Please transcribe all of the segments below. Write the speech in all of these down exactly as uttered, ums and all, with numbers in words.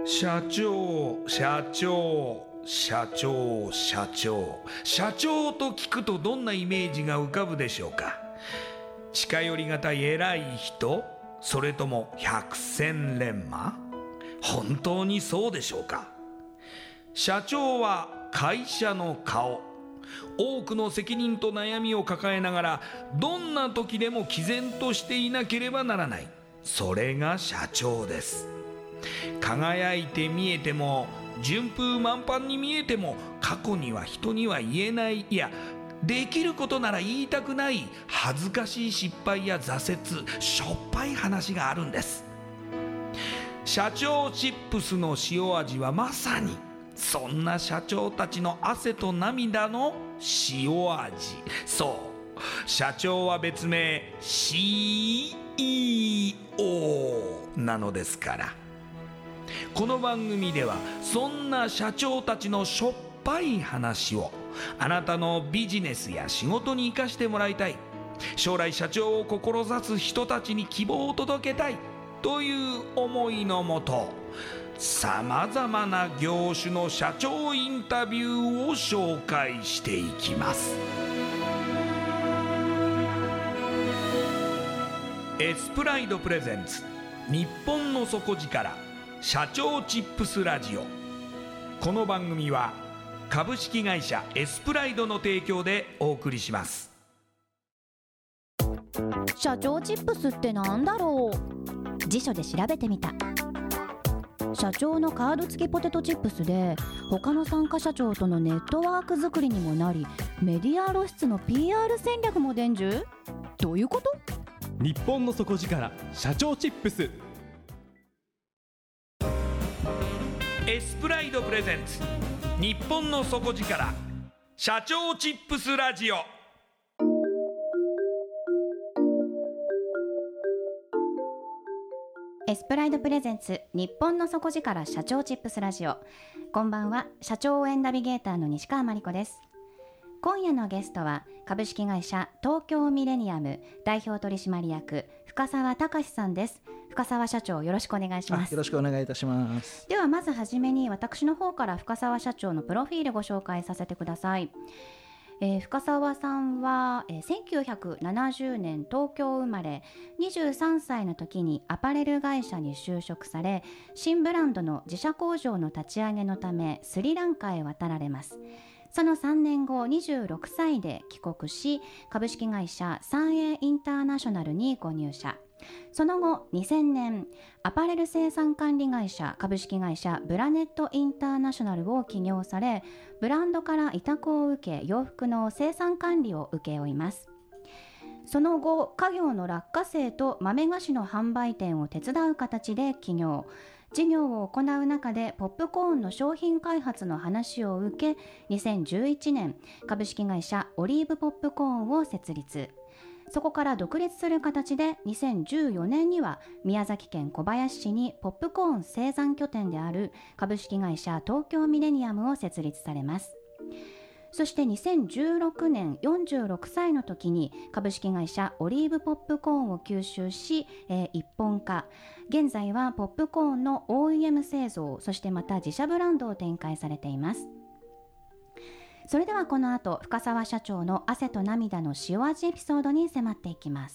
社長社長社長社長社長と聞くとどんなイメージが浮かぶでしょうか。近寄りがたい偉い人、それとも百戦錬磨。本当にそうでしょうか。社長は会社の顔、多くの責任と悩みを抱えながらどんな時でも毅然としていなければならない、それが社長です。輝いて見えても順風満帆に見えても、過去には人には言えない、いやできることなら言いたくない恥ずかしい失敗や挫折、しょっぱい話があるんです。社長チップスの塩味はまさにそんな社長たちの汗と涙の塩味。そう社長は別名 シーイーオー なのですから。この番組ではそんな社長たちのしょっぱい話をあなたのビジネスや仕事に生かしてもらいたい、将来社長を志す人たちに希望を届けたいという思いのもと、さまざまな業種の社長インタビューを紹介していきます。エスプライドプレゼンツ日本の底力社長チップスラジオ。この番組は株式会社エスプライドの提供でお送りします。 社長チップスってなんだろう。辞書で調べてみた。社長のカード付きポテトチップスで、他の参加社長とのネットワーク作りにもなり、メディア露出の ピーアール 戦略も伝授。どういうこと？ 日本の底力社長チップス。 エスプライドプレゼンツ日本の底力社長チップスラジオ。 エスプライドプレゼンツ日本の底力社長チップスラジオ。こんばんは、社長応援ナビゲーターの西川真理子です。今夜のゲストは株式会社東京ミレニアム代表取締役深澤隆さんです。深澤社長、よろしくお願いします。 よろしくお願いいたします。 ではまずはじめに私の方から深澤社長のプロフィールご紹介させてください。えー、深澤さんは、えー、せんきゅうひゃくななじゅうねん東京生まれ、にじゅうさんさいの時にアパレル会社に就職され、新ブランドの自社工場の立ち上げのためスリランカへ渡られます。そのさんねんご、にじゅうろくさいで帰国し、株式会社三栄インターナショナルにご入社。その後にせんねん、アパレル生産管理会社株式会社ブラネットインターナショナルを起業され、ブランドから委託を受け洋服の生産管理を請け負います。その後、家業の落花生と豆菓子の販売店を手伝う形で起業。事業を行う中でポップコーンの商品開発の話を受け、にせんじゅういちねん株式会社オリーブポップコーンを設立。そこから独立する形でにせんじゅうよねんには宮崎県小林市にポップコーン生産拠点である株式会社東京ミレニアムを設立されます。そしてにせんじゅうろくねん、よんじゅうろくさいの時に株式会社オリーブポップコーンを吸収し、えー、一本化。現在はポップコーンの オーイーエム 製造、そしてまた自社ブランドを展開されています。それではこの後、深澤社長の汗と涙の塩味エピソードに迫っていきます。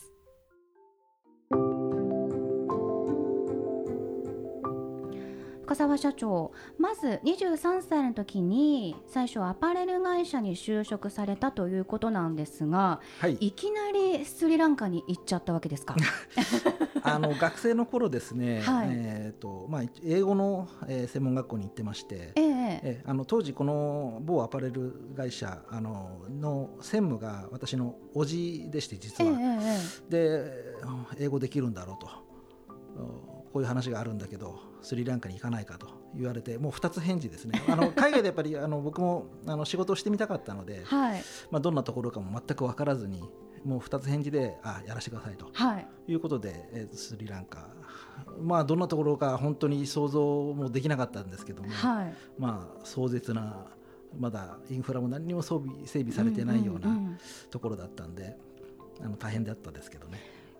深澤社長、まずにじゅうさんさいの時に最初アパレル会社に就職されたということなんですが、はい、いきなりスリランカに行っちゃったわけですか？ あの学生の頃ですね、はい、えーとまあ、英語の、えー、専門学校に行ってまして、えーえー、あの当時この某アパレル会社あのの専務が私の叔父でして、実は、えー、で英語できるんだろうと、こういう話があるんだけどスリランカに行かないかと言われて、もうふたつ返事ですね。あの海外でやっぱりあの僕もあの仕事をしてみたかったので、はい、まあ、どんなところかも全く分からずに、もうふたつ返事であやらせてくださいと、はい、いうことで、えー、スリランカ、まあ、どんなところか本当に想像もできなかったんですけども、はい、まあ、壮絶な、まだインフラも何にも装備整備されてないようなところだったんで、あの大変だったですけどね。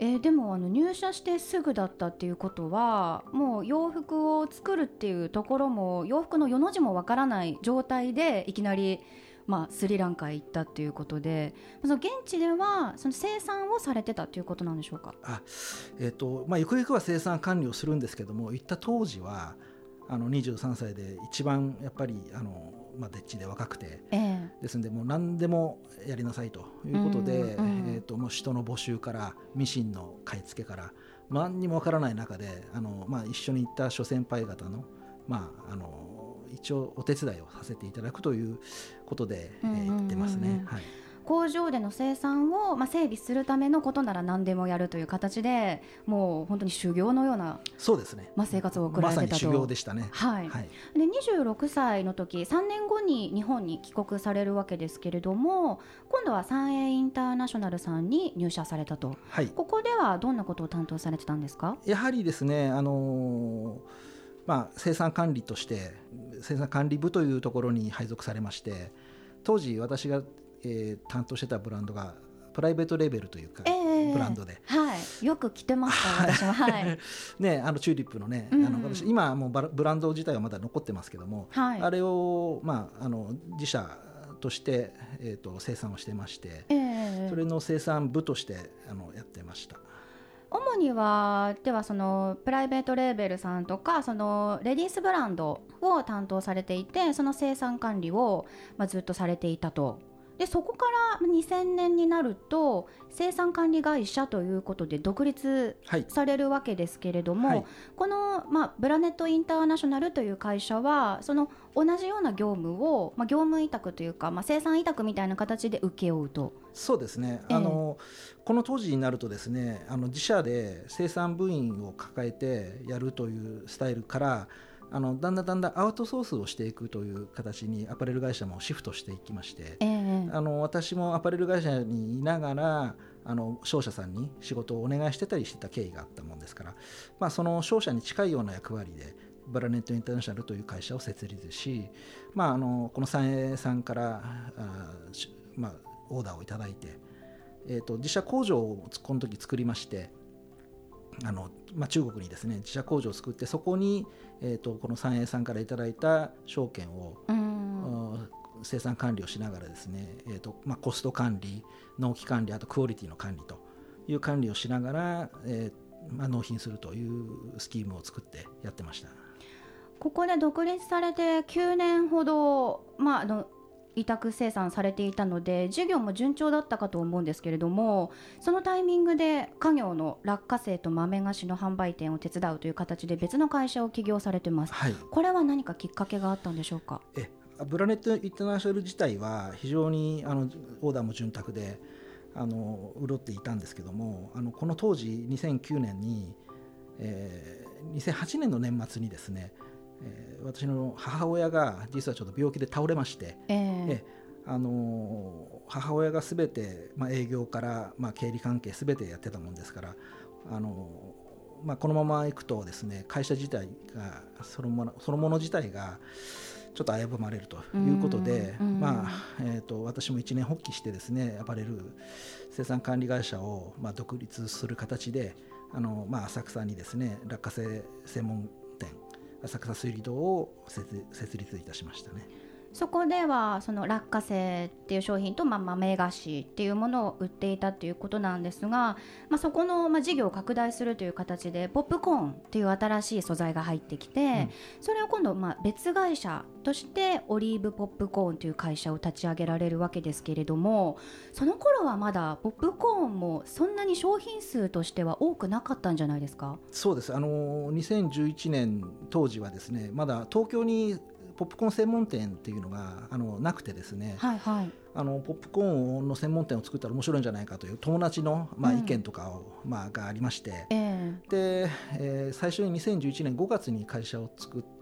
えー、でもあの入社してすぐだったっていうことはもう洋服を作るっていうところも洋服のよの字もわからない状態でいきなり、まあ、スリランカへ行ったっていうことで、その現地ではその生産をされてたっていうことなんでしょうか。 あ、えーとまあ、ゆくゆくは生産管理をするんですけども、行った当時はあのにじゅうさんさいで一番やっぱりあのまあ、デッチで若くて、えー、ですのでもう何でもやりなさいということで、うんうん、えー、ともう人の募集からミシンの買い付けから何にもわからない中であの、まあ、一緒に行った諸先輩方の、まあ、あの一応お手伝いをさせていただくということで、えー、行ってますね、はい。 工場での生産を、まあ、整備するためのことなら何でもやるという形でもう本当に修行のような、 そうですね、 まあ、生活を送られてたと。 まさに修行でしたね、 はいはい、でにじゅうろくさいの時さんねんごに日本に帰国されるわけですけれども、今度は三栄インターナショナルさんに入社されたと、はい、ここではどんなことを担当されてたんですか。 やはりですね、あのーまあ、生産管理として生産管理部というところに配属されまして、当時私がえー、担当してたブランドがプライベートレーベルというか、えー、ブランドで、 はい、よく着てました私も、はいね、あのチューリップのね、うんうん、あの私今はもうブランド自体はまだ残ってますけども、はい、あれを、まあ、あの自社として、えー、と生産をしてまして、えー、それの生産部としてあのやってました。 主にはではそのプライベートレーベルさんとかそのレディースブランドを担当されていて、その生産管理を、まあ、ずっとされていたと。でそこからにせんねんになると生産管理会社ということで独立されるわけですけれども、はいはい、この、まあ、ブラネットインターナショナルという会社はその同じような業務を、まあ、業務委託というか、まあ、生産委託みたいな形で請け負うと。 そうですね、えー、あのこの当時になるとですね、あの自社で生産部員を抱えてやるというスタイルからあのだんだんだんだんアウトソースをしていくという形にアパレル会社もシフトしていきまして、えー、あの私もアパレル会社にいながらあの商社さんに仕事をお願いしてたりしてた経緯があったもんですから、まあ、その商社に近いような役割でブラネットインターナショナルという会社を設立し、まあ、あのこの三栄さんからあ、まあ、オーダーをいただいて、えーと、自社工場をこの時作りまして、あのまあ、中国にですね自社工場を作って、そこに、えー、とこの三栄さんからいただいた証券を生産管理をしながらですね、えーとまあ、コスト管理、納期管理、あとクオリティの管理という管理をしながら、えーまあ、納品するというスキームを作ってやってました。 ここで独立されてきゅうねんほど、まあ、あの委託生産されていたので事業も順調だったかと思うんですけれども、そのタイミングで家業の落花生と豆菓子の販売店を手伝うという形で別の会社を起業されてます、はい、これは何かきっかけがあったんでしょうか。 えブラネットインターナショナル自体は非常にあのオーダーも潤沢であの潤っていたんですけども、あのこの当時にせんきゅうねんに、えー、にせんはちねんの年末にですね、えー、私の母親が実はちょっと病気で倒れまして、えーえあのー、母親がすべて、まあ、営業から、まあ、経理関係すべてやってたもんですから、あのーまあ、このままいくとですね会社自体がそのもの、そのもの自体がちょっと危ぶまれるということで、まあえー、と私も一年発起してですねアパレル生産管理会社を、まあ、独立する形であの、まあ、浅草にですね落花生専門店浅草水利堂を設, 設立いたしましたね。 そこではその落花生っていう商品と、まあ、豆菓子っていうものを売っていたっていうことなんですが、まあ、そこの、まあ、事業を拡大するという形でポップコーンっていう新しい素材が入ってきて、うん、それを今度、まあ、別会社としてオリーブポップコーンという会社を立ち上げられるわけですけれども、その頃はまだポップコーンもそんなに商品数としては多くなかったんじゃないですか。 そうです。あのにせんじゅういちねん当時はですねまだ東京にポップコーン専門店っていうのがあのなくてですね、はいはい、あのポップコーンの専門店を作ったら面白いんじゃないかという友達の、まあ、意見とかを、うんまあ、がありまして、えーでえー、最初ににせんじゅういちねんごがつに会社を作って、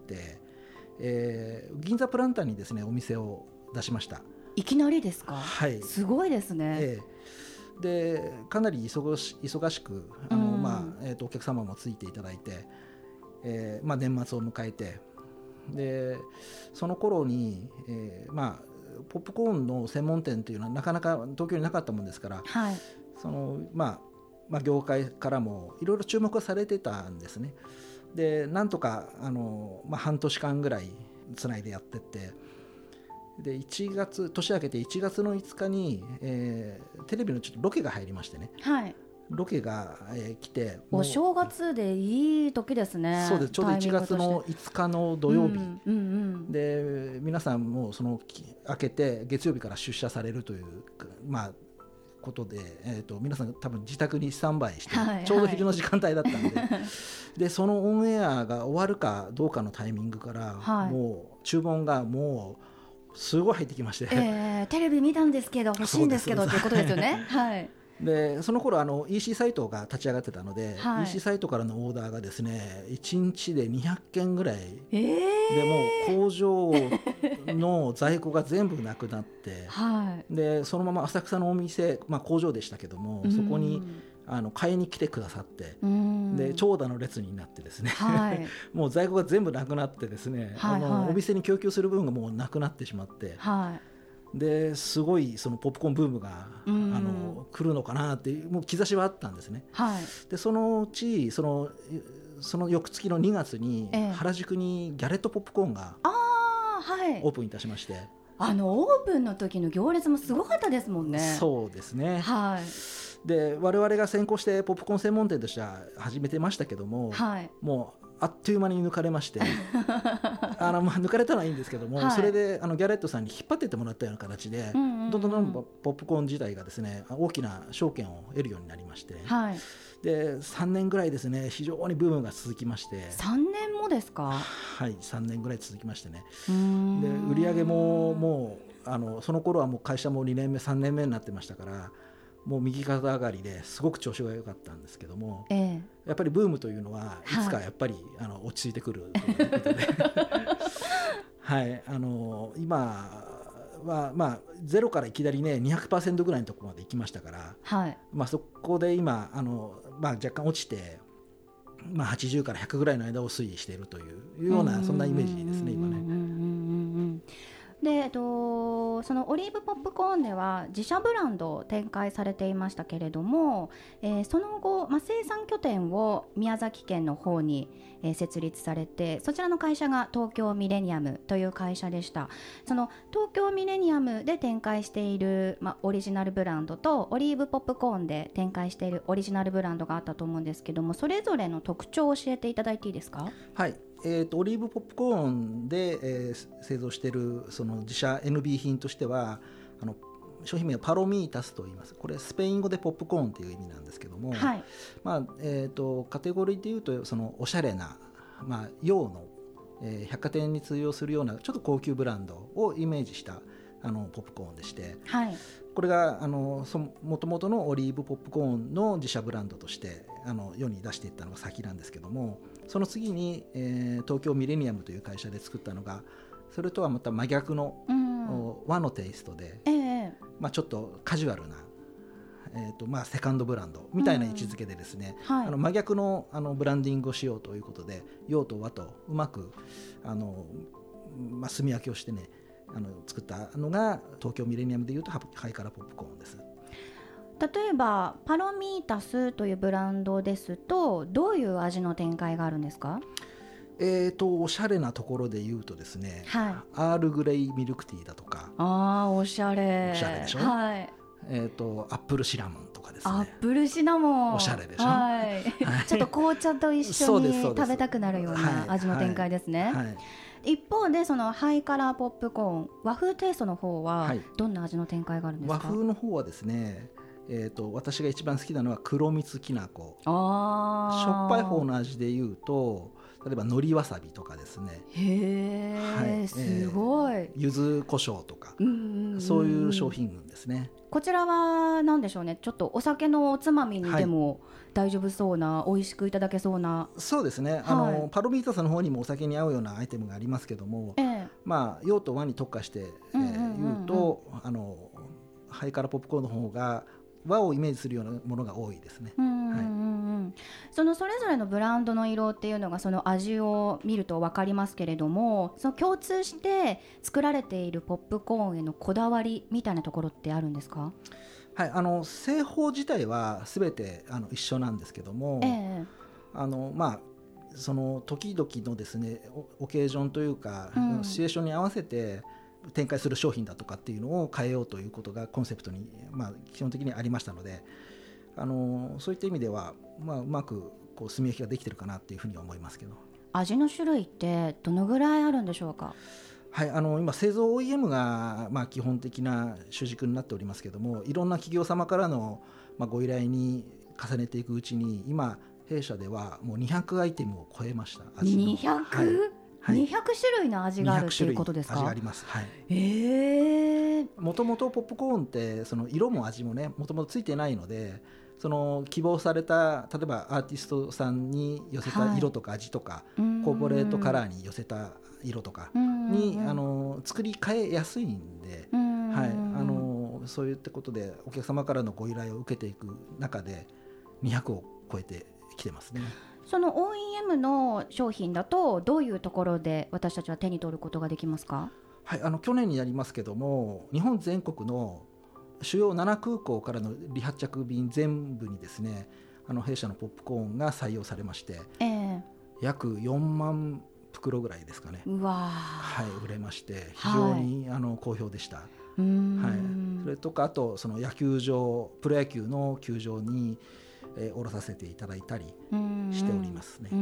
えー、銀座プランターにですねお店を出しました。 いきなりですか。 はい、 すごいですね、 えー、でかなり忙し、忙しくあの、うんまあえー、とお客様もついていただいて、えーまあ、年末を迎えてでその頃に、えーまあ、ポップコーンの専門店というのはなかなか東京になかったもんですから、はいそのまあ、 まあ、業界からもいろいろ注目がされてたんですね。でなんとかあの、まあ、半年間ぐらいつないでやってって、でいちがつ年明けていちがつのいつかに、えー、テレビのちょっとロケが入りましてね、 はい、 ロケが、えー、来て、 お正月でいい時ですね。 そうです。ちょうどいちがつのいつかの土曜日、 うんうんうん、 で皆さんもその明けて月曜日から出社されるという、まあ、ことで、えー、と皆さん多分自宅にスタンバイして、はいはい、ちょうど昼の時間帯だったんででそのオンエアが終わるかどうかのタイミングから、はい、もう注文がもうすごい入ってきまして、 えー、テレビ見たんですけど欲しいんですけどっていうことですよね。はいでその頃あの イーシー サイトが立ち上がってたので、はい、イーシー サイトからのオーダーがですねいちにちでにひゃっけんぐらい、えー、でもう工場の在庫が全部なくなって、はい、でそのまま浅草のお店、まあ、工場でしたけども、うん、そこにあの買いに来てくださって、うん、で長蛇の列になってですね、はい、もう在庫が全部なくなってですね、はいはい、あのお店に供給する分がもうなくなってしまって、はいですごいそのポップコーンブームが、うん、あの来るのかなっていうもう兆しはあったんですね、はい、でそのうちその、その翌月のにがつに原宿にギャレットポップコーンがオープンいたしまして、はい、 あのオープンの時の行列もすごかったですもんね。 そうですね、はい、で我々が先行してポップコーン専門店としては始めてましたけども、はい、もうあっという間に抜かれましてあの、まあ、抜かれたのはいいんですけども、はい、それであのギャレットさんに引っ張ってってもらったような形で、うんうんうん、どんどんどんどんポップコーン自体がですね大きな証券を得るようになりまして、はい、でさんねんぐらいですね非常にブームが続きまして。 さんねんもですか？ はい、さんねんぐらい続きましてね。で売り上げももうあのその頃はもう会社もにねんめさんねんめになってましたから、もう右肩上がりですごく調子が良かったんですけども、ええ、やっぱりブームというのはいつかやっぱり、はい、あの落ち着いてくるということではい、あの今は、まあ、ゼロからいきなりね にひゃくパーセント ぐらいのところまで行きましたから、はいまあ、そこで今あの、まあ、若干落ちて、まあ、はちじゅうからひゃくぐらいの間を推移しているというようなそんなイメージですね今ね。 でえっと、そのオリーブポップコーンでは自社ブランドを展開されていましたけれども、えー、その後、まあ、生産拠点を宮崎県の方に、えー、設立されて、そちらの会社が東京ミレニアムという会社でした。その東京ミレニアムで展開している、まあ、オリジナルブランドとオリーブポップコーンで展開しているオリジナルブランドがあったと思うんですけども、それぞれの特徴を教えていただいていいですか？ はい、えー、とオリーブポップコーンで、えー、製造しているその自社 エヌビー 品としては、あの商品名はパロミータスと言います。これスペイン語でポップコーンという意味なんですけども、はいまあえー、とカテゴリーでいうとそのおしゃれな、まあ、洋の、えー、百貨店に通用するようなちょっと高級ブランドをイメージしたあのポップコーンでして、はい、これがあのもともとのオリーブポップコーンの自社ブランドとしてあの世に出していったのが先なんですけども、その次に、えー、東京ミレニアムという会社で作ったのがそれとはまた真逆の、うん、和のテイストで、えーまあ、ちょっとカジュアルな、えーとまあ、セカンドブランドみたいな位置づけでですね、うんはい、あの真逆 の, あのブランディングをしようということで洋と和とうまくあの、まあ、住み分けをしてねあの作ったのが東京ミレニアムでいうとハイカラポップコーンです。 例えばパロミータスというブランドですとどういう味の展開があるんですか？ えーとおしゃれなところで言うとですね、はい、アールグレイミルクティーだとか、 あーおしゃれおしゃれでしょ、はいえー、とアップルシナモンとかですね。 アップルシナモンおしゃれでしょ、 はいはい、ちょっと紅茶と一緒に食べたくなるような味の展開ですね、はいはいはい、一方でそのハイカラーポップコーン和風テイストの方はどんな味の展開があるんですか？ 和風の方はですね、えー、と私が一番好きなのは黒蜜きな粉。あしょっぱい方の味でいうと例えば海苔わさびとかですね。 へー、はい、すごい、えー、 柚子胡椒とか、うんうんうん、そういう商品群ですね。 こちらは何でしょうね、ちょっとお酒のおつまみにでも大丈夫そうな、はい、美味しくいただけそうな。 そうですね、あの、はい、パロミータスの方にもお酒に合うようなアイテムがありますけども、えーまあ、洋と和に特化して、えーうんうんうんうん、言うとあのハイカラポップコーンの方が和をイメージするようなものが多いですね。うんうんうん、 はい、そのそれぞれのブランドの色っていうのがその味を見ると分かりますけれども、その共通して作られているポップコーンへのこだわりみたいなところってあるんですか？ はい、あの製法自体はすべてあの一緒なんですけども、えーあのまあ、その時々のですねオケージョンというか、うん、シチュエーションに合わせて展開する商品だとかっていうのを変えようということがコンセプトに、まあ、基本的にありましたので、あのそういった意味では、まあ、うまくこう炭焼きができてるかなっていうふうに思いますけど。 味の種類ってどのぐらいあるんでしょうか？ はい、あの今製造 オーイーエム が、まあ、基本的な主軸になっておりますけども、いろんな企業様からの、まあ、ご依頼に重ねていくうちに今弊社ではもうにひゃくアイテムを超えました。味の にひゃく、はいはい、 にひゃく種類の味があるということですか？ 味があります、はい。 えー、 もともとポップコーンってその色も味もねもともとついてないので、その希望された例えばアーティストさんに寄せた色とか味とか、はい、コーポレートカラーに寄せた色とかにあの作り変えやすいんで、はい、あのそういったことでお客様からのご依頼を受けていく中でにひゃくを超えてきてますね。 その オーイーエム の商品だとどういうところで私たちは手に取ることができますか？ はい、あの去年になりますけども、日本全国の主要なな空港からの離発着便全部にですね、あの弊社のポップコーンが採用されまして、えー、約よんまん袋ぐらいですかね。 うわ、 はい、売れまして非常に、はい、あの好評でした。うーん、はい、それとかあとその野球場、プロ野球の球場にえー、降ろさせていただいたりしておりますね。 うんうん、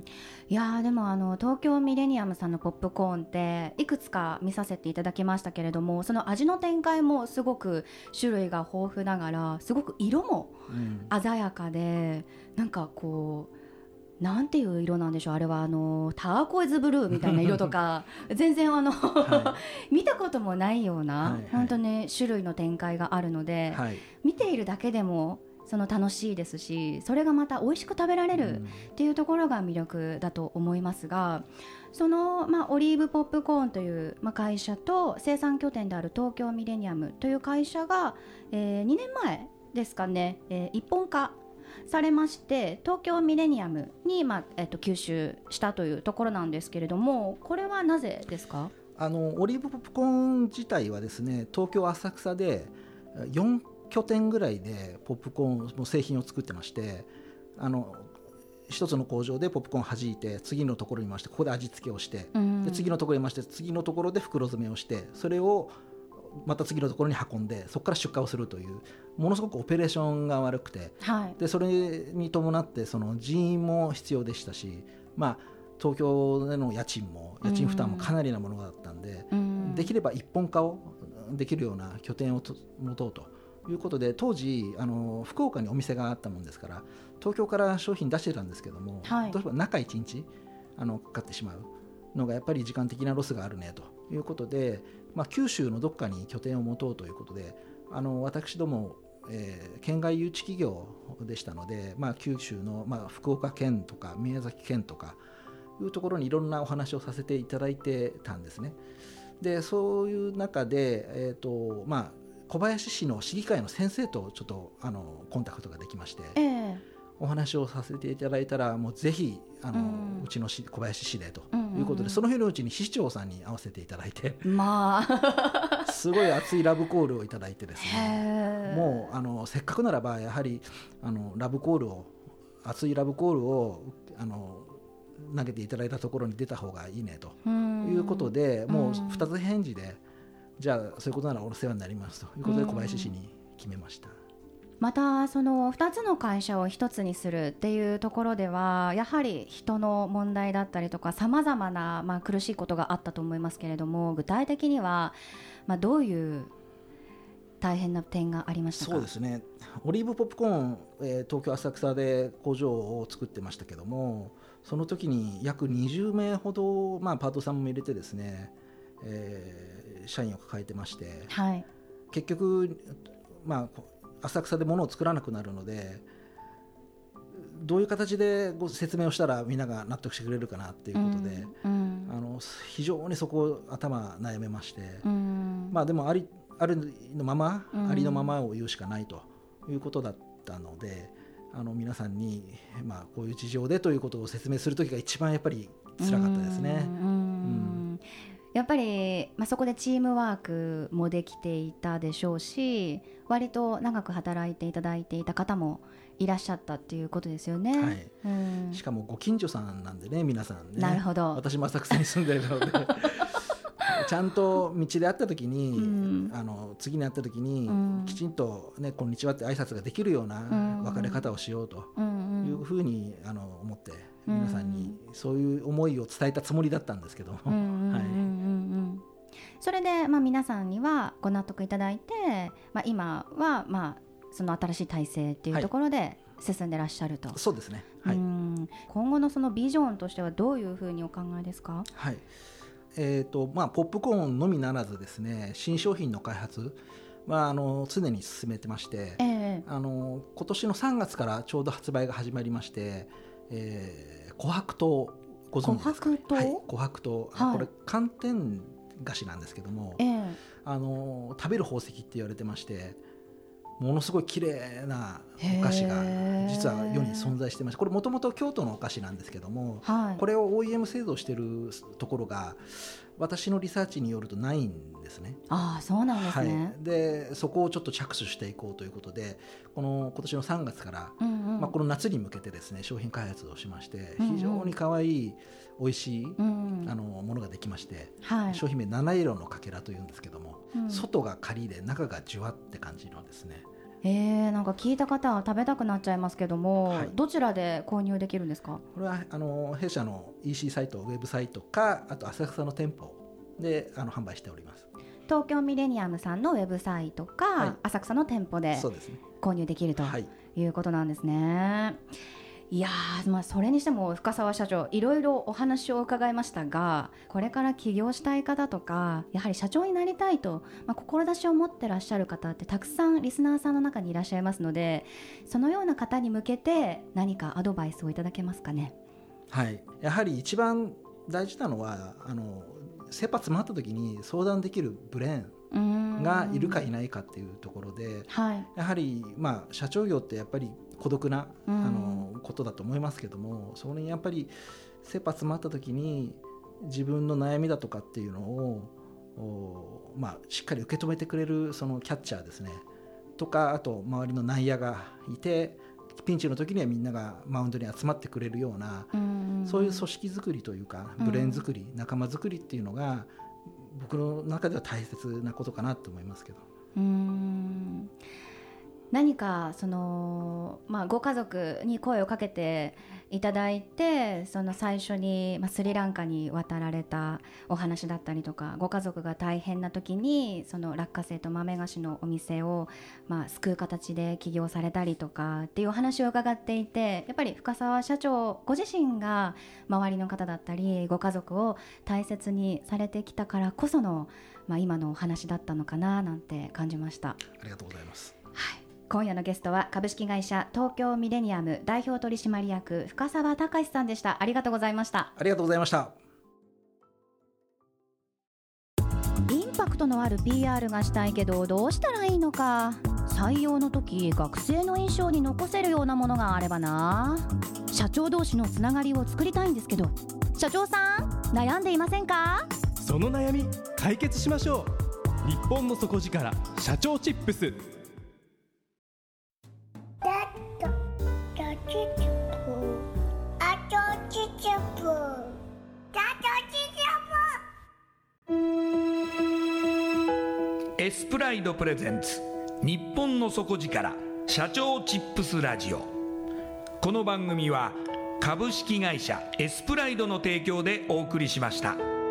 いやでもあの東京ミレニアムさんのポップコーンっていくつか見させていただきましたけれども、その味の展開もすごく種類が豊富ながらすごく色も鮮やかで、うん、なんかこうなんていう色なんでしょう、あれはあのターコイズブルーみたいな色とか全然あの、はい、見たこともないような、はいはい、本当に種類の展開があるので、はい、見ているだけでもその楽しいですし、それがまた美味しく食べられるっていうところが魅力だと思いますが、その、まあ、オリーブポップコーンという、まあ、会社と生産拠点である東京ミレニアムという会社が、えー、にねんまえですかね、えー、一本化されまして東京ミレニアムに、まあえー、と吸収したというところなんですけれども、これはなぜですか？ あのオリーブポップコーン自体はですね、東京浅草でよん拠点ぐらいでポップコーンの製品を作ってまして、あの一つの工場でポップコーンを弾いて次のところに回してここで味付けをして、うん、で次のところに回して次のところで袋詰めをして、それをまた次のところに運んでそこから出荷をするというものすごくオペレーションが悪くて、はい、でそれに伴ってその人員も必要でしたし、まあ、東京での家賃も家賃負担もかなりなものだったんで、うん、できれば一本化をできるような拠点をと持とうということで、当時あの福岡にお店があったもんですから東京から商品出してたんですけども、はい、例えば中いちにちあのかかってしまうのがやっぱり時間的なロスがあるねということで、まあ、九州のどっかに拠点を持とうということで、あの私ども、えー、県外誘致企業でしたので、まあ、九州の、まあ、福岡県とか宮崎県とかいうところにいろんなお話をさせていただいてたんですね。でそういう中で、えーとまあ小林市の市議会の先生とちょっとあのコンタクトができまして、えー、お話をさせていただいたらもうぜひあの、うん、うちの小林市でということで、うんうん、その日のうちに市長さんに会わせていただいて、まあ、すごい熱いラブコールをいただいてですね、もうあのせっかくならばやはりあのラブコールを熱いラブコールをあの投げていただいたところに出た方がいいねということで、もうふたつ返事でじゃあそういうことならお世話になりますということで小林市に決めました。 またそのふたつの会社をひとつにするっていうところではやはり人の問題だったりとかさまざまな、まあ、苦しいことがあったと思いますけれども、具体的には、まあ、どういう大変な点がありましたか？ そうですね、オリーブポップコーン、えー、東京浅草で工場を作ってましたけども、その時に約にじゅうめいほど、まあ、パートさんも入れてですね、えー社員を抱えてまして、はい、結局、まあ、浅草で物を作らなくなるのでどういう形でご説明をしたらみんなが納得してくれるかなっていうことで、うんうん、あの非常にそこを頭悩めまして、うん、まあでもあり、あるのまま、うん、ありのままを言うしかないということだったので、あの皆さんに、まあ、こういう事情でということを説明するときが一番やっぱり辛かったですね。うんうん、 やっぱり、まあ、そこでチームワークもできていたでしょうし、割と長く働いていただいていた方もいらっしゃったっていうことですよね、 はい、うん、しかもご近所さんなんでね、皆さんね。 なるほど。 私も浅草に住んでるのでちゃんと道で会った時に、うん、あの次に会った時に、うん、きちんと、ね、こんにちはって挨拶ができるような別れ方をしようというふうにあの思って、皆さんにそういう思いを伝えたつもりだったんですけども、 それで、まあ、皆さんにはご納得いただいて、まあ、今は、まあ、その新しい体制っていうところで進んでらっしゃると、はい、 そうですね、はい、 うん今後のそのビジョンとしてはどういうふうにお考えですか？ はい、えーとまあ、ポップコーンのみならずですね、新商品の開発はあの常に進めてまして、えー、あの今年のさんがつからちょうど発売が始まりまして、えー、琥珀糖ご存知ですか？ 琥珀糖、はい、 琥珀糖、はい、これ寒天菓子なんですけども、えー、あの食べる宝石って言われてまして、ものすごい綺麗なお菓子が実は世に存在してまして、これもともと京都のお菓子なんですけども、はい、これを オーイーエム 製造しているところが私のリサーチによるとないんですね。 ああ、そうなんですね、 はい、でそこをちょっと着手していこうということで、この今年のさんがつから、うんうん、まあ、この夏に向けてですね商品開発をしまして、非常に可愛い美味しい、うんうん、あのものができまして、はい、商品名七色のかけらというんですけども、うん、外がカリで中がジュワって感じのですね。 えー、なんか聞いた方は食べたくなっちゃいますけども、はい、どちらで購入できるんですか？ これはあの弊社の イーシー サイト、ウェブサイトか、あと浅草の店舗であの販売しております。 東京ミレニアムさんのウェブサイトか、はい、浅草の店舗で購入できるということなんですね。いやー、まあ、それにしても深澤社長、いろいろお話を伺いましたが、これから起業したい方とか、やはり社長になりたいと、まあ、志を持ってらっしゃる方ってたくさんリスナーさんの中にいらっしゃいますので、そのような方に向けて何かアドバイスをいただけますかね？ はい、やはり一番大事なのは、あの切羽詰まった時に相談できるブレーンがいるかいないかっていうところで、はい、やはり、まあ、社長業ってやっぱり孤独なあのことだと思いますけども、それにやっぱり切羽詰まった時に自分の悩みだとかっていうのを、まあ、しっかり受け止めてくれるそのキャッチャーですねとか、あと周りの内野がいて、ピンチの時にはみんながマウンドに集まってくれるような、うん、そういう組織作りというかブレーン作り、うん、仲間作りっていうのが僕の中では大切なことかなと思いますけど。 うーん、何かその、まあ、ご家族に声をかけていただいて、その最初に、まあ、スリランカに渡られたお話だったりとか、ご家族が大変な時にその落花生と豆菓子のお店を、まあ、救う形で起業されたりとかっていうお話を伺っていて、やっぱり深澤社長ご自身が周りの方だったりご家族を大切にされてきたからこその、まあ、今のお話だったのかななんて感じました。ありがとうございます。 はい、今夜のゲストは株式会社東京ミレニアム代表取締役深澤隆さんでした。ありがとうございました。 ありがとうございました。 インパクトのある ピーアール がしたいけどどうしたらいいのか。採用の時学生の印象に残せるようなものがあればな。社長同士のつながりを作りたいんですけど、社長さん悩んでいませんか？ その悩み解決しましょう。日本の底力社長チップス。 エスプライドプレゼンツ日本の底力社長チップスラジオ。この番組は株式会社エスプライドの提供でお送りしました。